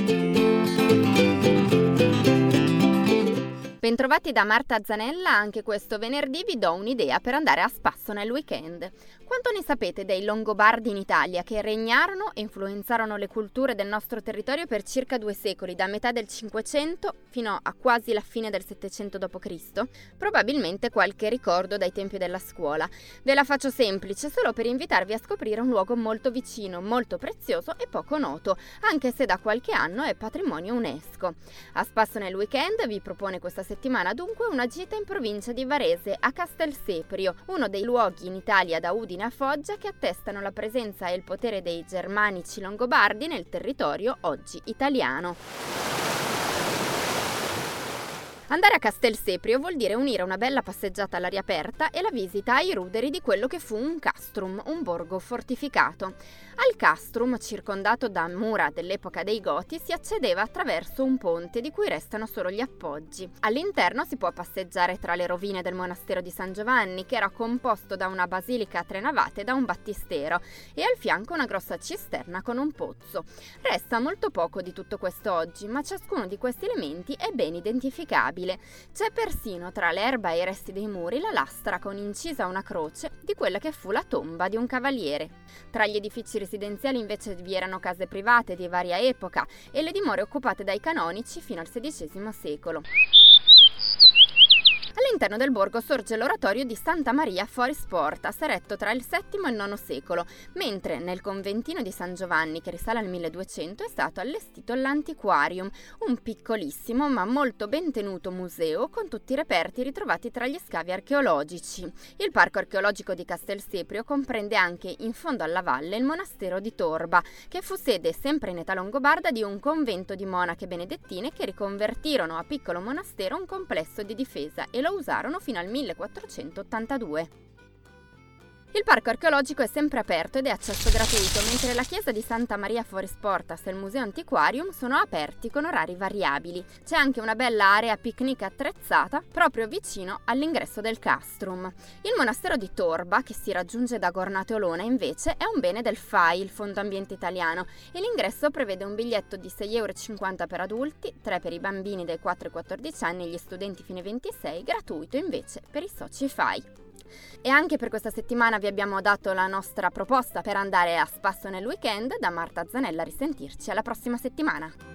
Bentrovati da Marta Zanella, anche questo venerdì vi do un'idea per andare a spasso nel weekend. Quanto ne sapete dei Longobardi in Italia che regnarono e influenzarono le culture del nostro territorio per circa 2 secoli, da metà del 500 fino a quasi la fine del 700 d.C.? Probabilmente qualche ricordo dai tempi della scuola. Ve la faccio semplice solo per invitarvi a scoprire un luogo molto vicino, molto prezioso e poco noto, anche se da qualche anno è patrimonio UNESCO. A spasso nel weekend vi propone questa settimana dunque una gita in provincia di Varese a Castelseprio, uno dei luoghi in Italia da Udine a Foggia che attestano la presenza e il potere dei germanici longobardi nel territorio oggi italiano. Andare a Castelseprio vuol dire unire una bella passeggiata all'aria aperta e la visita ai ruderi di quello che fu un castrum, un borgo fortificato. Al castrum, circondato da mura dell'epoca dei Goti, si accedeva attraverso un ponte di cui restano solo gli appoggi. All'interno si può passeggiare tra le rovine del monastero di San Giovanni, che era composto da una basilica a 3 navate e da un battistero, e al fianco una grossa cisterna con un pozzo. Resta molto poco di tutto questo oggi, ma ciascuno di questi elementi è ben identificabile. C'è persino tra l'erba e i resti dei muri la lastra con incisa una croce di quella che fu la tomba di un cavaliere. Tra gli edifici residenziali invece vi erano case private di varia epoca e le dimore occupate dai canonici fino al XVI secolo. All'interno del borgo sorge l'oratorio di Santa Maria Foris Portas, eretto tra il VII e il IX secolo, mentre nel conventino di San Giovanni, che risale al 1200, è stato allestito l'Antiquarium, un piccolissimo ma molto ben tenuto museo con tutti i reperti ritrovati tra gli scavi archeologici. Il parco archeologico di Castelseprio comprende anche, in fondo alla valle, il monastero di Torba, che fu sede, sempre in età longobarda, di un convento di monache benedettine che riconvertirono a piccolo monastero un complesso di difesa e lo usarono fino al 1482. Il parco archeologico è sempre aperto ed è accesso gratuito, mentre la chiesa di Santa Maria Foris Portas e il museo Antiquarium sono aperti con orari variabili. C'è anche una bella area picnic attrezzata proprio vicino all'ingresso del castrum. Il monastero di Torba, che si raggiunge da Gornate Olona, invece è un bene del FAI, il Fondo Ambiente Italiano, e l'ingresso prevede un biglietto di 6,50 € per adulti, 3 per i bambini dai 4 ai 14 anni e gli studenti fino ai 26, gratuito invece per i soci FAI. E anche per questa settimana vi abbiamo dato la nostra proposta per andare a spasso nel weekend. Da Marta Zanella, a risentirci alla prossima settimana.